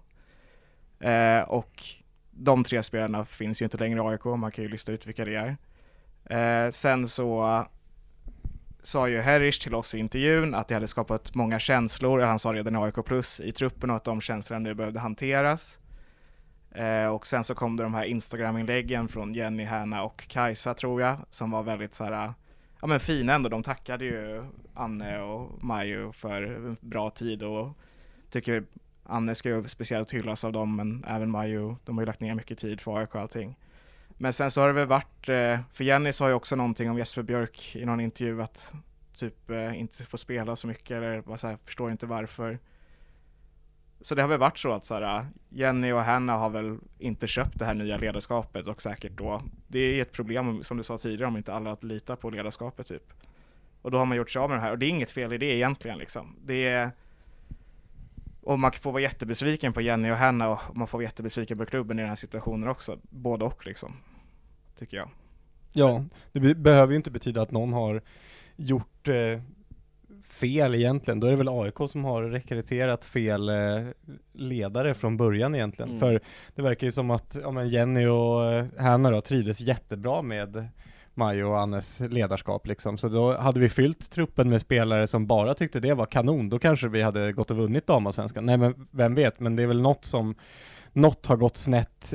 Och de 3 spelarna finns ju inte längre i AIK, man kan ju lista ut vilka det är. Sen så sa ju Herrish till oss i intervjun att det hade skapat många känslor, han sa redan i AIK Plus i truppen, och att de känslorna nu behövde hanteras. Och sen så kom det de här Instagram-inläggen från Jenny, Hanna och Kajsa, tror jag, som var väldigt så här, men fina ändå. De tackade ju Anne och Majo för en bra tid, och tycker Anne ska ju speciellt hyllas av dem, men även Majo, de har ju lagt ner mycket tid för AIK och allting. Men sen så har det väl varit, för Jenny sa ju också någonting om Jesper Björk i någon intervju, att typ inte får spela så mycket, eller bara så här, förstår inte varför. Så det har väl varit så att så här, Jenny och Hanna har väl inte köpt det här nya ledarskapet, och säkert då, det är ett problem som du sa tidigare, om inte alla litar på ledarskapet typ. Och då har man gjort sig av med det här, och det är inget fel i det egentligen liksom. Det är, och man får vara jättebesviken på Jenny och Hanna, och man får vara jättebesviken på klubben i den här situationen också, både och liksom, tycker jag. Ja, det behöver ju inte betyda att någon har gjort fel egentligen. Då är det väl AIK som har rekryterat fel ledare från början egentligen. För det verkar ju som att Jenny och Hanna då trivdes jättebra med Majo och Annes ledarskap liksom. Så då hade vi fyllt truppen med spelare som bara tyckte det var kanon. Då kanske vi hade gått och vunnit damallsvenskan. Nej, men vem vet, men det är väl något har gått snett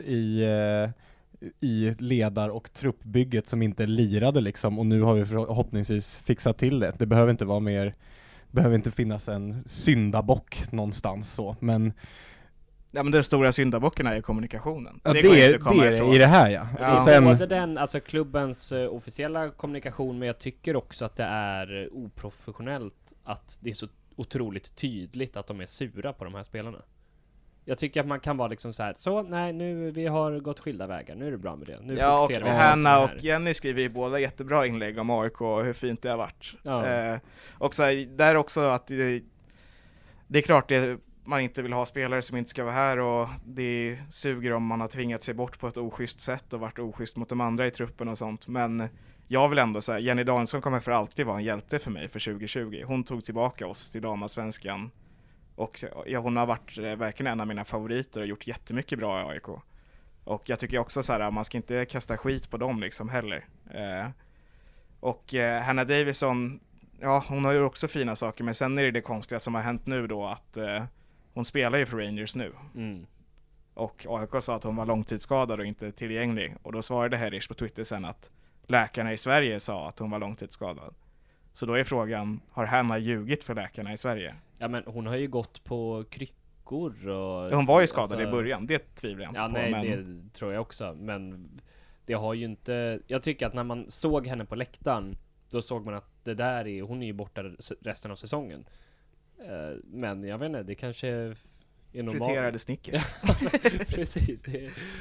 i ledar- och truppbygget som inte lirade liksom, och nu har vi förhoppningsvis fixat till det. Det behöver inte vara mer, behöver inte finnas en syndabock någonstans så, men ja, men den stora syndabocken är ju kommunikationen. Ja, det är i det här ja. Och sen både den, alltså klubbens officiella kommunikation, men jag tycker också att det är oprofessionellt att det är så otroligt tydligt att de är sura på de här spelarna. Jag tycker att man kan vara liksom så här, så nej, nu vi har gått skilda vägar, nu är det bra med det. Nu fokuserar vi. Hanna och Jenny skriver ju båda jättebra inlägg om AIK och hur fint det har varit. Ja. Och så här, där också att det är klart man inte vill ha spelare som inte ska vara här, och det suger om man har tvingat sig bort på ett oschysst sätt och varit oschysst mot de andra i truppen och sånt. Men jag vill ändå säga, Jenny Danielsson kommer för alltid vara en hjälte för mig för 2020. Hon tog tillbaka oss till damallsvenskan. Och hon har varit verkligen en av mina favoriter och gjort jättemycket bra i AIK. Och jag tycker också så här, man ska inte kasta skit på dem liksom heller. Och Hanna Davison, ja, hon har ju också fina saker, men sen är det konstiga som har hänt nu då, att hon spelar ju för Rangers nu. Och AIK sa att hon var långtidsskadad och inte tillgänglig. Och då svarade Herrish på Twitter sen att läkarna i Sverige sa att hon var långtidsskadad. Så då är frågan, har Hanna ljugit för läkarna i Sverige? Ja, men hon har ju gått på kryckor och... Hon var ju skadad i början, det tvivlar jag inte på. Nej, men... det tror jag också. Men det har ju inte... Jag tycker att när man såg henne på läktaren, då såg man att hon är ju borta resten av säsongen. Men jag vet inte, det kanske är normalt. Friterade Snickers. Precis, det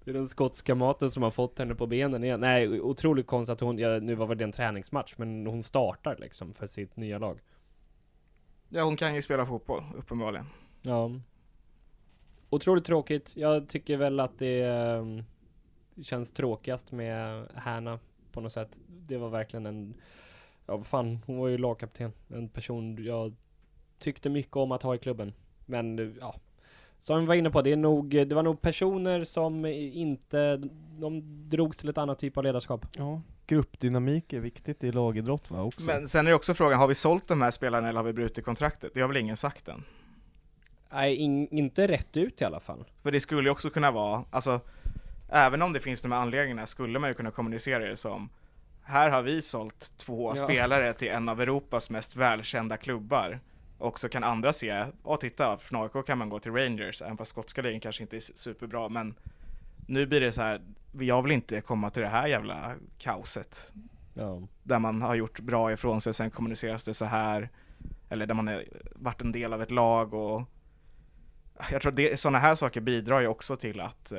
Det är den skotska maten som har fått henne på benen igen. Nej, otroligt konstigt att hon, nu var väl det en träningsmatch, men hon startar liksom för sitt nya lag. Ja, hon kan ju spela fotboll, uppenbarligen. Ja. Otroligt tråkigt. Jag tycker väl att det känns tråkigast med Hanna på något sätt. Det var verkligen hon var ju lagkapten. En person jag tyckte mycket om att ha i klubben. Men ja, som vi var inne på, det var nog personer som de drogs till ett annat typ av ledarskap. Ja, gruppdynamik är viktigt i lagidrott också. Men sen är det också frågan, har vi sålt de här spelarna eller har vi brutit kontraktet? Det har väl ingen sagt än? Nej, inte rätt ut i alla fall. För det skulle ju också kunna vara, alltså även om det finns de här anledningarna skulle man ju kunna kommunicera det som här har vi sålt 2 spelare till en av Europas mest välkända klubbar. Och så kan andra se, titta, från AIK kan man gå till Rangers, även fast skotska ligan kanske inte är superbra, men nu blir det så här, jag vill inte komma till det här jävla kaoset. Ja. Där man har gjort bra ifrån sig, sen kommuniceras det så här, eller där man har varit en del av ett lag, och jag tror att sådana här saker bidrar ju också till att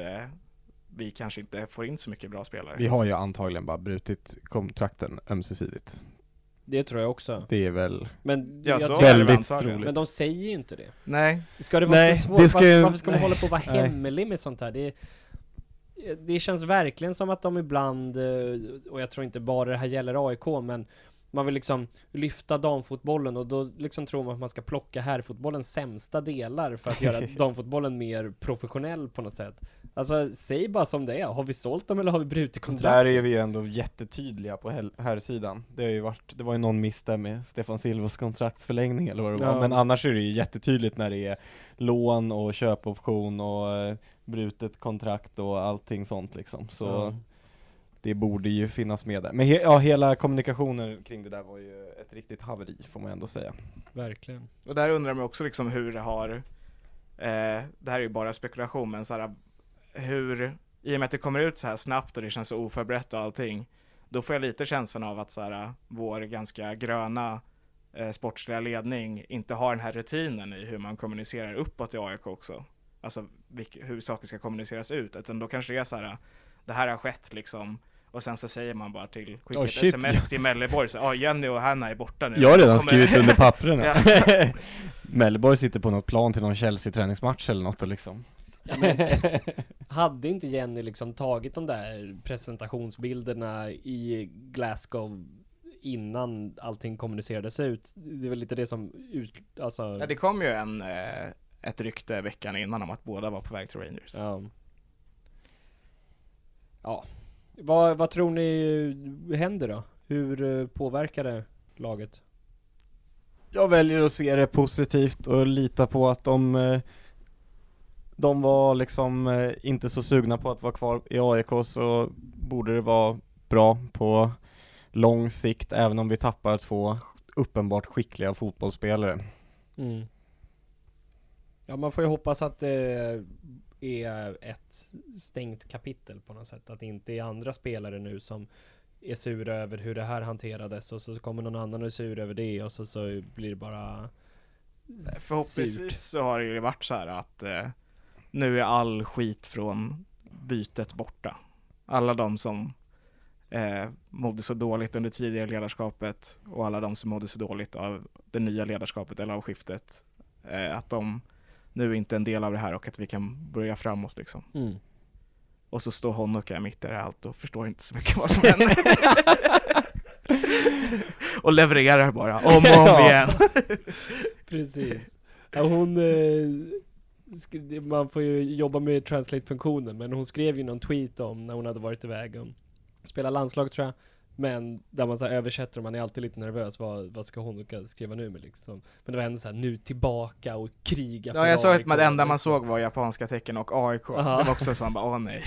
vi kanske inte får in så mycket bra spelare. Vi har ju antagligen bara brutit kontrakten ömsesidigt. Det tror jag också. Det är väl väldigt troligt. Men de säger ju inte det. Nej. Ska det vara så svårt? Varför ska man hålla på att vara Nej. hemlig med sånt här? Det känns verkligen som att de ibland, och jag tror inte bara det här gäller AIK, men man vill liksom lyfta damfotbollen och då liksom tror man att man ska plocka herrfotbollens sämsta delar för att göra damfotbollen mer professionell på något sätt. Alltså, säg bara som det är. Har vi sålt dem eller har vi brutit kontrakt? Där är vi ju ändå jättetydliga på här sidan. Det var ju någon miss där med Stefan Silvas kontraktsförlängning eller vad det var. Men annars är det ju jättetydligt när det är lån och köpoption och brutet kontrakt och allting sånt liksom. Så det borde ju finnas med där. Men hela kommunikationen kring det där var ju ett riktigt haveri, får man ändå säga. Verkligen. Och där undrar man också liksom hur det har det här är ju bara spekulation, men så här, hur, i och med att det kommer ut så här snabbt och det känns så oförberett och allting, då får jag lite känslan av att så här, vår ganska gröna sportsliga ledning inte har den här rutinen i hur man kommunicerar uppåt i AIK också. Alltså hur saker ska kommuniceras ut, utan då kanske det är så här, det här har skett liksom, och sen så säger man bara skicka ett sms till Melleborg, så Jenny och Hanna är borta nu. Jag har redan skrivit under papperna. Melleborg sitter på något plan till någon Chelsea-träningsmatch eller något liksom. Ja, men, hade inte Jenny liksom tagit de där presentationsbilderna i Glasgow innan allting kommunicerades ut? Det är väl lite det som Ja, det kom ju ett rykte veckan innan om att båda var på väg till Rangers. Ja. Vad tror ni händer då? Hur påverkar det laget? Jag väljer att se det positivt och lita på att de var liksom inte så sugna på att vara kvar i AIK, så borde det vara bra på lång sikt, även om vi tappar 2 uppenbart skickliga fotbollsspelare. Mm. Ja, man får ju hoppas att det är ett stängt kapitel på något sätt. Att det inte är andra spelare nu som är sura över hur det här hanterades, och så kommer någon annan och är sur över det, och så blir det bara förhoppningsvis så har det ju varit så här att nu är all skit från bytet borta. Alla de som mådde så dåligt under tidigare ledarskapet och alla de som mådde så dåligt av det nya ledarskapet eller av skiftet, att de nu är inte en del av det här och att vi kan börja framåt liksom. Mm. Och så står Honoka mitt i det allt och förstår inte så mycket vad som händer. Och levererar bara om och om igen. Precis. Ja, man får ju jobba med translate-funktionen, men hon skrev ju någon tweet om när hon hade varit iväg och spelat landslag, tror jag. Men där man så här översätter och man är alltid lite nervös. Vad ska hon skriva nu med liksom? Men det var ändå så här, nu tillbaka och kriga för jag AIK. såg att det enda man såg var japanska tecken och AIK. Aha. Det var också så bara, nej.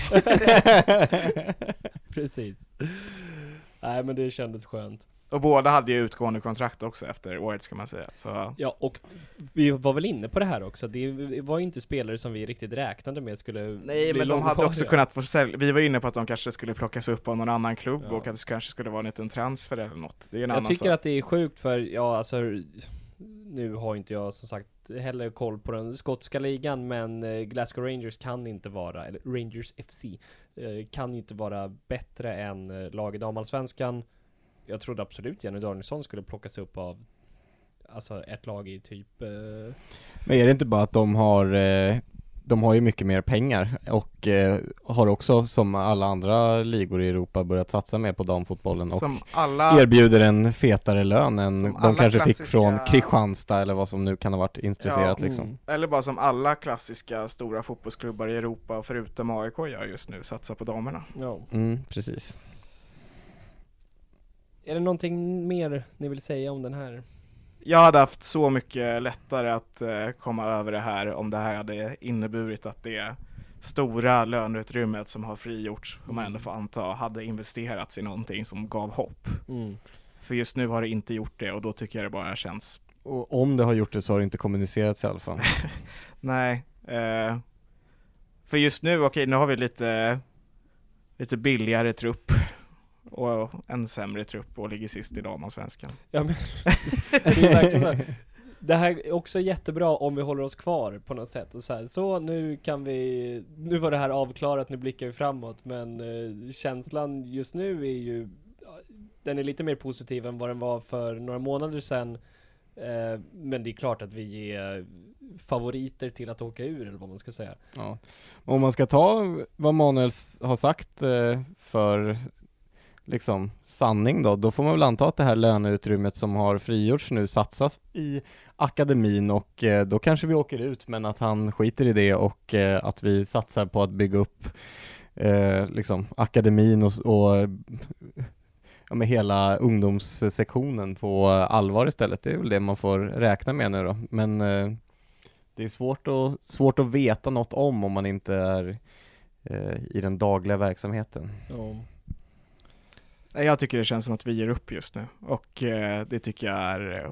Precis. Nej, men det kändes skönt. Och båda hade ju utgående kontrakt också efter året, ska man säga. Så. Ja, och vi var väl inne på det här också. Det var ju inte spelare som vi riktigt räknade med skulle Nej, men de hade också kunnat få sälja. Vi var inne på att de kanske skulle plockas upp av någon annan klubb och att det kanske skulle vara en liten transfer eller något. Det är en annan tycker sak. att det är sjukt för, alltså nu har inte jag som sagt heller koll på den skotska ligan, men Glasgow Rangers kan inte vara, eller Rangers FC kan inte vara bättre än lag i damallsvenskan. Jag trodde absolut Jenny Danielsson skulle plockas upp av alltså ett lag i typ... Men är det inte bara att de har ju mycket mer pengar och har också som alla andra ligor i Europa börjat satsa mer på damfotbollen och erbjuder en fetare lön än de kanske fick från Kristianstad eller vad som nu kan ha varit intresserat liksom. Eller bara som alla klassiska stora fotbollsklubbar i Europa förutom AIK gör just nu, satsa på damerna. Ja. Precis. Är det någonting mer ni vill säga om den här? Jag hade haft så mycket lättare att komma över det här om det här hade inneburit att det stora löneutrymmet som har frigjorts, om man ändå får anta, hade investerats i någonting som gav hopp. För just nu har det inte gjort det och då tycker jag det bara känns... Och om det har gjort det så har det inte kommunicerats i alla fall. Nej. För just nu, nu har vi lite billigare trupp. Och en sämre trupp och ligger sist i damallsvenskan. Ja, men det är verkligen så. Det här är också jättebra om vi håller oss kvar på något sätt. Och så nu var det här avklarat, nu blickar vi framåt. Men känslan just nu är ju, den är lite mer positiv än vad den var för några månader sedan. Men det är klart att vi är favoriter till att åka ur, eller vad man ska säga. Ja. Om man ska ta vad Manuel har sagt för liksom sanning då får man väl anta att det här löneutrymmet som har frigjorts nu satsas i akademin och då kanske vi åker ut, men att han skiter i det och att vi satsar på att bygga upp liksom akademin och med hata ungdomssektionen på allvar istället. Det är väl det man får räkna med nu då. Men det är svårt att veta något om man inte är i den dagliga verksamheten. Ja. Jag tycker det känns som att vi ger upp just nu och det tycker jag är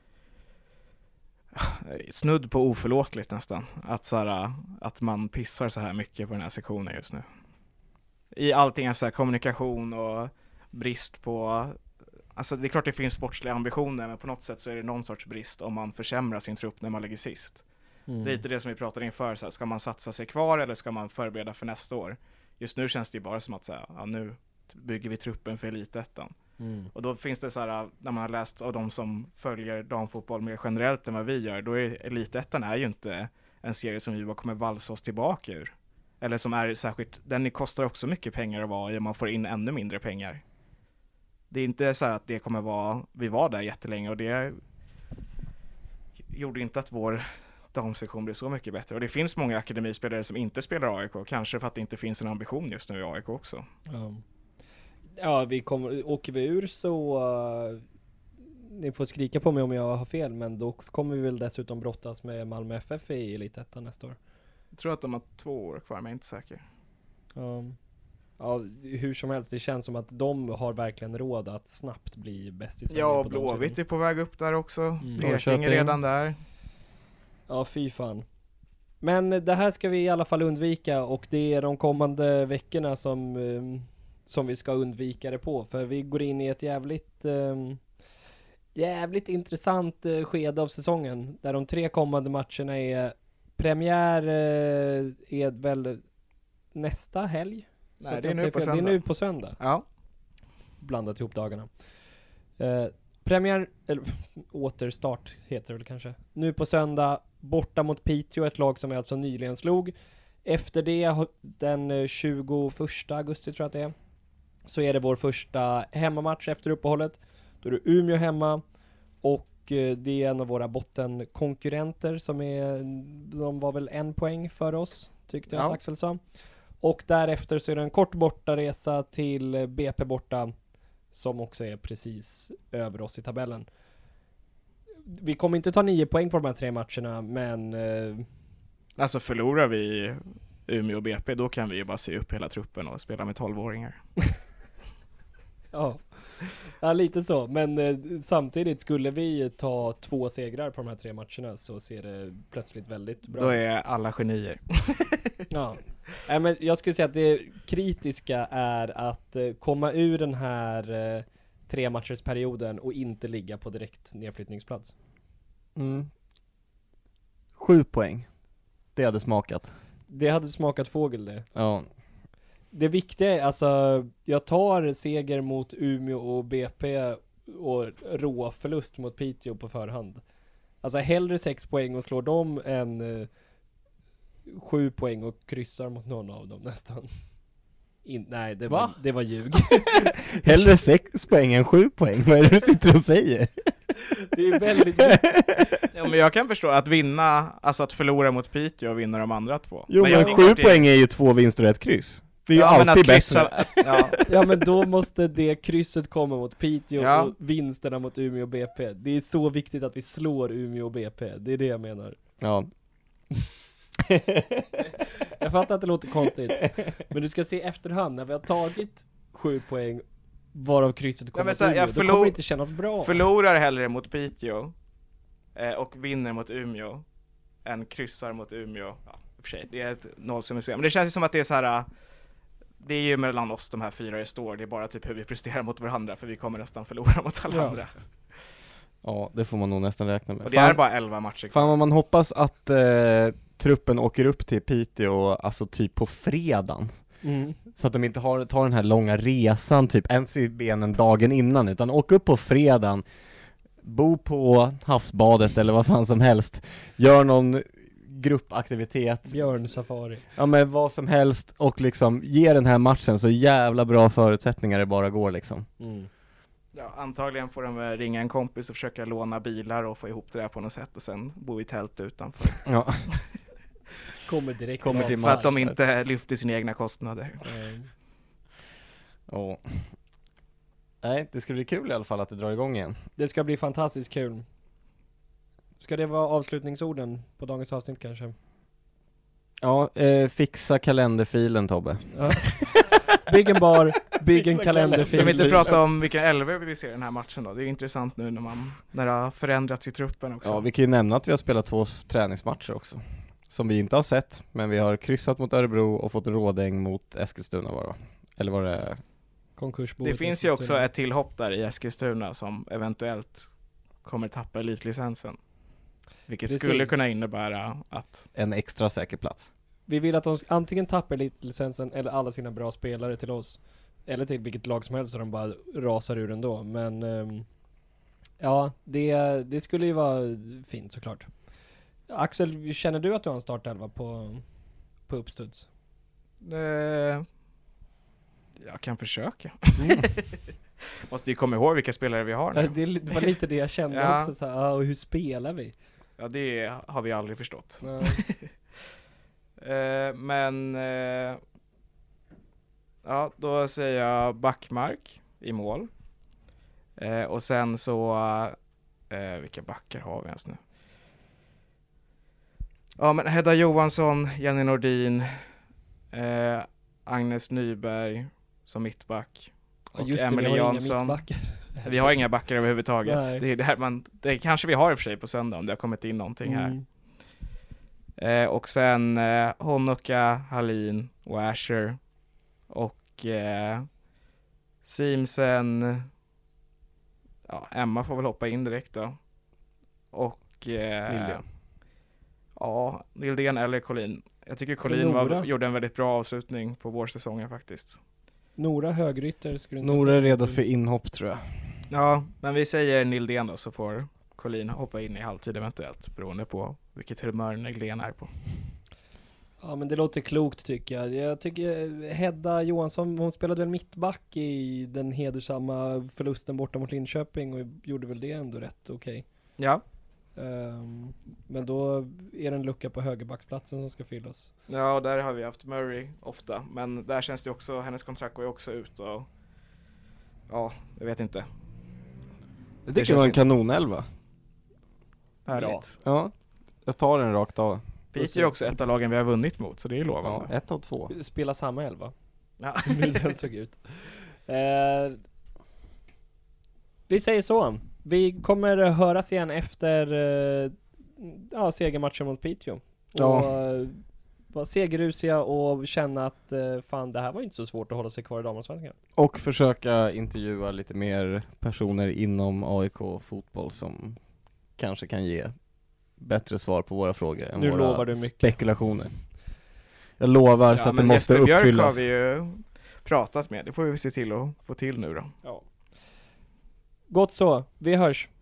snudd på oförlåtligt nästan att man pissar så här mycket på den här sektionen just nu. I allting så här kommunikation och brist på, alltså det är klart det finns sportsliga ambitioner, men på något sätt så är det någon sorts brist om man försämrar sin trupp när man ligger sist. Det är lite det som vi pratade inför, så här, ska man satsa sig kvar eller ska man förbereda för nästa år? Just nu känns det ju bara som att så här, nu bygger vi truppen för elitettan. Och då finns det så här, när man har läst av de som följer damfotboll mer generellt än vad vi gör, då är elitettan är ju inte en serie som vi bara kommer valsa oss tillbaka ur. Eller som är särskilt, den kostar också mycket pengar att vara i och man får in ännu mindre pengar. Det är inte så här att det kommer vara, vi var där jättelänge och det gjorde inte att vår damsektion blir så mycket bättre. Och det finns många akademispelare som inte spelar AIK, kanske för att det inte finns en ambition just nu i AIK också. Ja, åker vi ur så ni får skrika på mig om jag har fel, men då kommer vi väl dessutom brottas med Malmö FF i Elitettan nästa år. Jag tror att de har 2 år kvar, men jag är inte säker. Ja, hur som helst, det känns som att de har verkligen råd att snabbt bli bäst i Sverige. Ja, Blåvitt är på väg upp där också. Peking är redan där. Ja, fy fan. Men det här ska vi i alla fall undvika, och det är de kommande veckorna som vi ska undvika det på. För vi går in i ett jävligt intressant skede av säsongen, där de 3 kommande matcherna är premiär är väl nästa helg. Nej, det är nu på söndag. Det är nu på söndag. Ja. Blandat ihop dagarna. Premiär, eller återstart heter det väl kanske. Nu på söndag, borta mot Piteå, ett lag som vi alltså nyligen slog. Efter det, den 21 augusti tror jag att det är, så är det vår första hemmamatch efter uppehållet. Då är det Umeå hemma, och det är en av våra bottenkonkurrenter de var väl 1 poäng för oss, tyckte jag att Axel sa. Och därefter så är det en kort bortaresa till BP borta, som också är precis över oss i tabellen. Vi kommer inte ta 9 poäng på de här 3 matcherna, men alltså förlorar vi Umeå och BP, då kan vi ju bara se upp hela truppen och spela med 12-åringar. Ja, lite så. Men samtidigt, skulle vi ta 2 segrar på de här 3 matcherna, så ser det plötsligt väldigt bra. Då är alla genier. Ja. Men jag skulle säga att det kritiska är att komma ur den här 3-matchersperioden och inte ligga på direkt nedflyttningsplats. 7 poäng. Det hade smakat. Det hade smakat fågel det. Ja. Det viktiga är, alltså, jag tar seger mot Umeå och BP och rå förlust mot Piteå på förhand. Alltså hellre 6 poäng och slår dem än 7 poäng och kryssar mot någon av dem nästan. Nej, det var ljug. Hellre 6 poäng än 7 poäng. Vad är det du sitter och säger? Det är väldigt Ja, men jag kan förstå att vinna, alltså att förlora mot Piteå och vinna de andra 2. Jo, men jag 7 poäng är ju 2 vinster och 1 kryss. Det är ju alltid bättre. Ja, men då måste det krysset komma mot Piteå och vinsterna mot Umeå och BP. Det är så viktigt att vi slår Umeå och BP. Det är det jag menar. Ja. Jag fattar att det låter konstigt. Men du ska se efterhand när vi har tagit 7 poäng varav krysset kommer mot Umeå. Då kommer det inte kännas bra. Förlorar hellre mot Piteå och vinner mot Umeå än kryssar mot Umeå. Ja, i och för sig, det är ett nollsummespel. Men det känns ju som att det är så här. Det är ju mellan oss de här 4 det står. Det är bara typ hur vi presterar mot varandra. För vi kommer nästan förlora mot alla andra. Ja, det får man nog nästan räkna med. Och det är bara 11 matcher. Fan vad man hoppas att truppen åker upp till Piteå alltså typ på fredagen. Så att de inte tar den här långa resan typ ens i benen dagen innan, utan åk upp på fredagen, bo på havsbadet eller vad fan som helst, gör någon gruppaktivitet, björnsafari, ja men vad som helst, och liksom ge den här matchen så jävla bra förutsättningar det bara går liksom. Ja, antagligen får de ringa en kompis och försöka låna bilar och få ihop det där på något sätt och sen bo i tält utanför. Ja. Kommer direkt till för att de inte lyfter sina egna kostnader. Ja. Nej, det ska bli kul i alla fall att det drar igång igen. Det ska bli fantastiskt kul. Ska det vara avslutningsorden på dagens avsnitt kanske? Ja, fixa kalenderfilen, Tobbe. Ja. Bygg en bar, bygg en kalenderfil. Ska vi inte prata om vilka elver vi ser i den här matchen då? Det är intressant nu när det har förändrats i truppen också. Ja, vi kan ju nämna att vi har spelat 2 träningsmatcher också. Som vi inte har sett, men vi har kryssat mot Örebro och fått rådäng mot Eskilstuna var det. Eller var det konkursboet? Det finns ju också ett tillhopp där i Eskilstuna som eventuellt kommer tappa elitlicensen. Vilket skulle kunna innebära att en extra säker plats. Vi vill att de antingen tappar elitlicensen eller alla sina bra spelare till oss. Eller till vilket lag som helst så de bara rasar ur ändå. Men ja, det skulle ju vara fint såklart. Axel, känner du att du har en startelva på uppstuds? Jag kan försöka. Måste ju komma ihåg vilka spelare vi har nu. Det var lite det jag kände också. Så här, och hur spelar vi? Ja, det har vi aldrig förstått. Men ja, då säger jag Backmark i mål. Och sen så vilka backar har vi ens nu? Ja, men Hedda Johansson, Jenny Nordin, Agnes Nyberg som mittback och Emily Jansson. Vi har inga backar överhuvudtaget. Nej. Det är det här det kanske vi har i och för sig på söndag om det har kommit in någonting här. Och sen Honoka, Hallin och Asher och Simsen. Ja, Emma får väl hoppa in direkt då. Och Nildén eller Collin. Jag tycker Collin gjorde en väldigt bra avslutning på vårsäsongen faktiskt. Nora högrytter skulle inte. Nora är redo för inhopp tror jag. Ja, men vi säger Nildén då så får Collin hoppa in i halvtid eventuellt beroende på vilket humör Nildén är på. Ja, men det låter klokt tycker jag. Jag tycker Hedda Johansson, hon spelade väl mittback i den hedersamma förlusten borta mot Linköping och gjorde väl det ändå rätt okej. Ja. Men då är det en lucka på högerbacksplatsen som ska fyllas. Ja, och där har vi haft Murray ofta. Men där känns det också, hennes kontrakt går ju också ut och ja, jag vet inte. Jag tycker det var en kanonelva. Härligt. Ja, jag tar den rakt av. Piteå är också ett av lagen vi har vunnit mot, så det är lovande. Ja, 1 av 2. Spela samma elva. Ja. Hur den såg ut. Vi säger så. Vi kommer höras igen efter segermatchen mot Piteå. Och vara segerrusiga och känna att fan, det här var inte så svårt att hålla sig kvar i damallsvenskan. Och försöka intervjua lite mer personer inom AIK fotboll som kanske kan ge bättre svar på våra frågor än Nu lovar våra du mycket. spekulationer. Jag lovar så att det men måste Jesper Björk uppfyllas. har vi ju pratat med. Det får vi se till att få till nu då. Gott så, vi hörs.